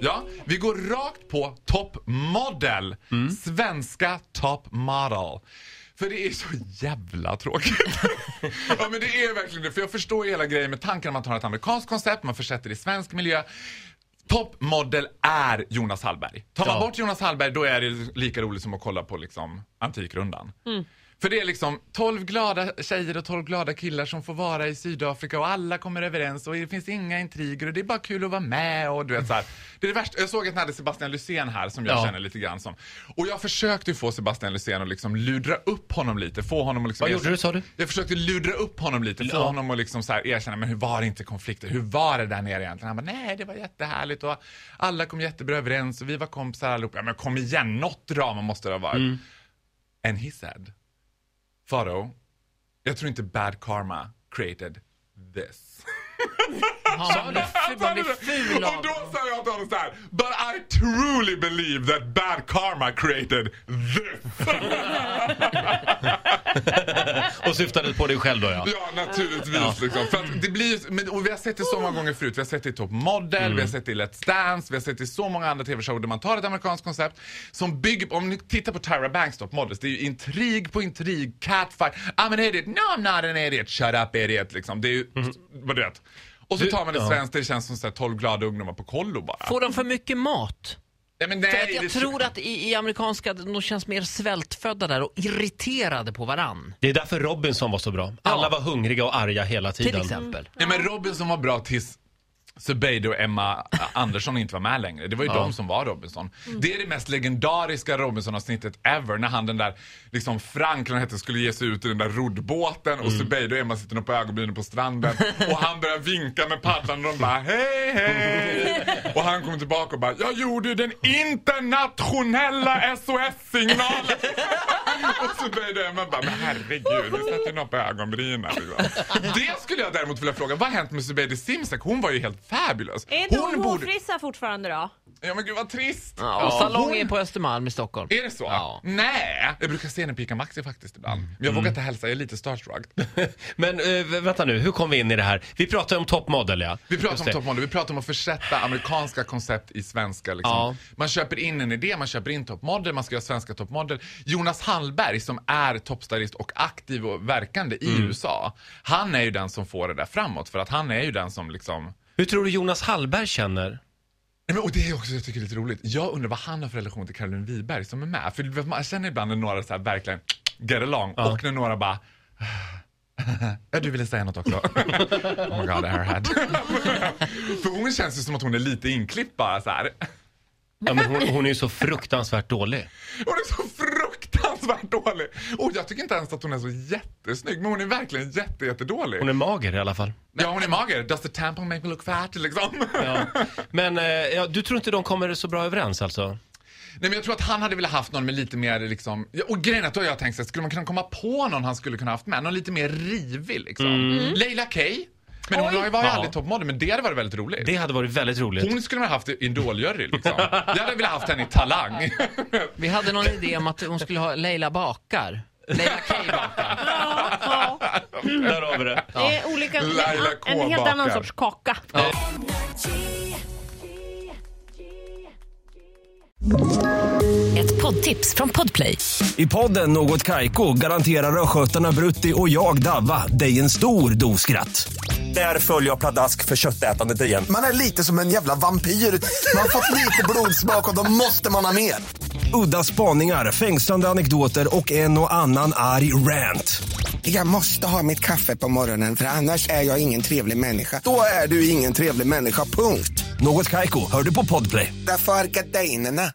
Ja, vi går rakt på Top Model. Svenska Top Model. För det är så jävla tråkigt. Ja, men det är verkligen det. För jag förstår hela grejen med tanken om att man tar ett amerikanskt koncept, man försätter det i svensk miljö. Top Model är Jonas Hallberg. Tar man bort Jonas Hallberg, då är det lika roligt som att kolla på liksom Antikrundan. För det är liksom 12 glada tjejer och 12 glada killar som får vara i Sydafrika och alla kommer överens och det finns inga intriger och det är bara kul att vara med och du vet så här. Det är det värsta. Jag såg att ni hade Sebastian Lysén här som jag känner lite grann som. Och jag försökte ju få Sebastian Lysén att liksom ludra upp honom lite, få honom att liksom... Vad gjorde du, sa du? Jag försökte ludra upp honom lite, få honom att liksom så här erkänna, men hur var det inte konflikter? Hur var det där nere egentligen? Han bara, nej, det var jättehärligt och alla kom jättebra överens och vi var kompisar allihopa. Ja, men kom igen, något drama måste det ha varit. And he said... Faro, jag tror inte Bad Karma created this. Man blir ful av. Och då sa jag till honom så här: but I truly believe that Bad Karma created this. Och syftade på dig själv då, ja. Ja, naturligtvis liksom. För att det blir, och vi har sett det så många gånger förut. Vi har sett det i Top Model, vi har sett det i Let's Dance, vi har sett det i så många andra tv-shower där man tar ett amerikanskt koncept som bygger på, om ni tittar på Tyra Banks Top Models, det är ju intrig på intrig, catfight. I'm an idiot, no I'm not an idiot, shut up idiot liksom. Det är ju, vad du vet. Och så tar man det svenskt, det känns som så här 12 glada ungdomar på kollo bara. Får de för mycket mat? Ja, men nej, för att jag tror att i amerikanska de känns mer svältfödda där och irriterade på varann. Det är därför Robinson var så bra. Alla var hungriga och arga hela tiden. Till exempel. Ja, men Robinson var bra tills Zubeide och Emma Andersson inte var med längre. Det var ju de som var Robinson. Det är det mest legendariska Robinson-avsnittet ever. När han den där, liksom Franklin hette, skulle ge sig ut i den där roddbåten. Och Zubeide och Emma sitter på ögonbrynen på stranden. Och han börjar vinka med paddlan och de bara, hej, hej. Och han kommer tillbaka och bara, jag gjorde den internationella SOS-signalen. Och Zubeide och Emma bara, men herregud, vi sätter något på ögonbrynen. Liksom. Det skulle jag däremot vilja fråga, vad har hänt med Zubeide Simsek? Hon var ju helt fabulous. Är inte hon hårfrissa fortfarande då? Ja, men gud vad trist. Ja, och salongen på Östermalm i Stockholm. Är det så? Ja. Nej, jag brukar se henne på Ica Maxi faktiskt ibland. Men jag vågar inte hälsa, jag är lite starstruck. Men vänta nu, hur kom vi in i det här? Vi pratar om Top Model, ja. Vi pratar om Top Model, vi pratar om att försätta amerikanska koncept i svenska liksom. Ja. Man köper in en idé, man köper in Top Model, man ska göra svenska Top Model. Jonas Hallberg som är toppstylist och aktiv och verkande i USA, han är ju den som får det där framåt, för att han är ju den som liksom... Hur tror du Jonas Hallberg känner? Men, och det är också, jag tycker det är lite roligt. Jag undrar vad han har för relation till Caroline Wiberg som är med. För man känner ibland när några så här verkligen get along. Ja. Och när några bara... Ja, du ville säga något också. Oh my god, airhead. För hon känns ju som att hon är lite inklippt bara så här. Ja, men hon är ju så fruktansvärt dålig. Hon är så fruktansvärt dålig. Och jag tycker inte ens att hon är så jättesnygg. Men hon är verkligen jättedålig. Hon är mager i alla fall. Ja, hon är mager. Does the tampon make me look fat, liksom? Ja. Men du tror inte de kommer så bra överens alltså? Nej, men jag tror att han hade velat haft någon med lite mer liksom... Och grejen att då har jag tänkt sig, skulle man kunna komma på någon han skulle kunna haft med? Någon lite mer rivig liksom. Leila Kay. Men hon var ju aldrig toppmodell, men det hade varit väldigt roligt. Det hade varit väldigt roligt. Hon skulle man ha haft i Idol-jury liksom. Jag hade velat haft henne i Talang. Vi hade någon idé om att hon skulle ha Leila bakar. Leila Kay bakar. Ja. Där har vi det. Det är olika, Laila K. en helt annan bakar. sorts kaka. Ja. Ett poddtips från Podplay. I podden Något Kaiko garanterar röskötarna Brutti och jag Davva dig en stor doskratt. Där följer jag pladask för köttätandet igen. Man är lite som en jävla vampyr. Man har fått lite blodsmak och då måste man ha mer. Udda spaningar, fängslande anekdoter och en och annan arg rant. Jag måste ha mitt kaffe på morgonen för annars är jag ingen trevlig människa. Då är du ingen trevlig människa, punkt. Något Kaiko, hör du på Podplay. Därför är gardinerna.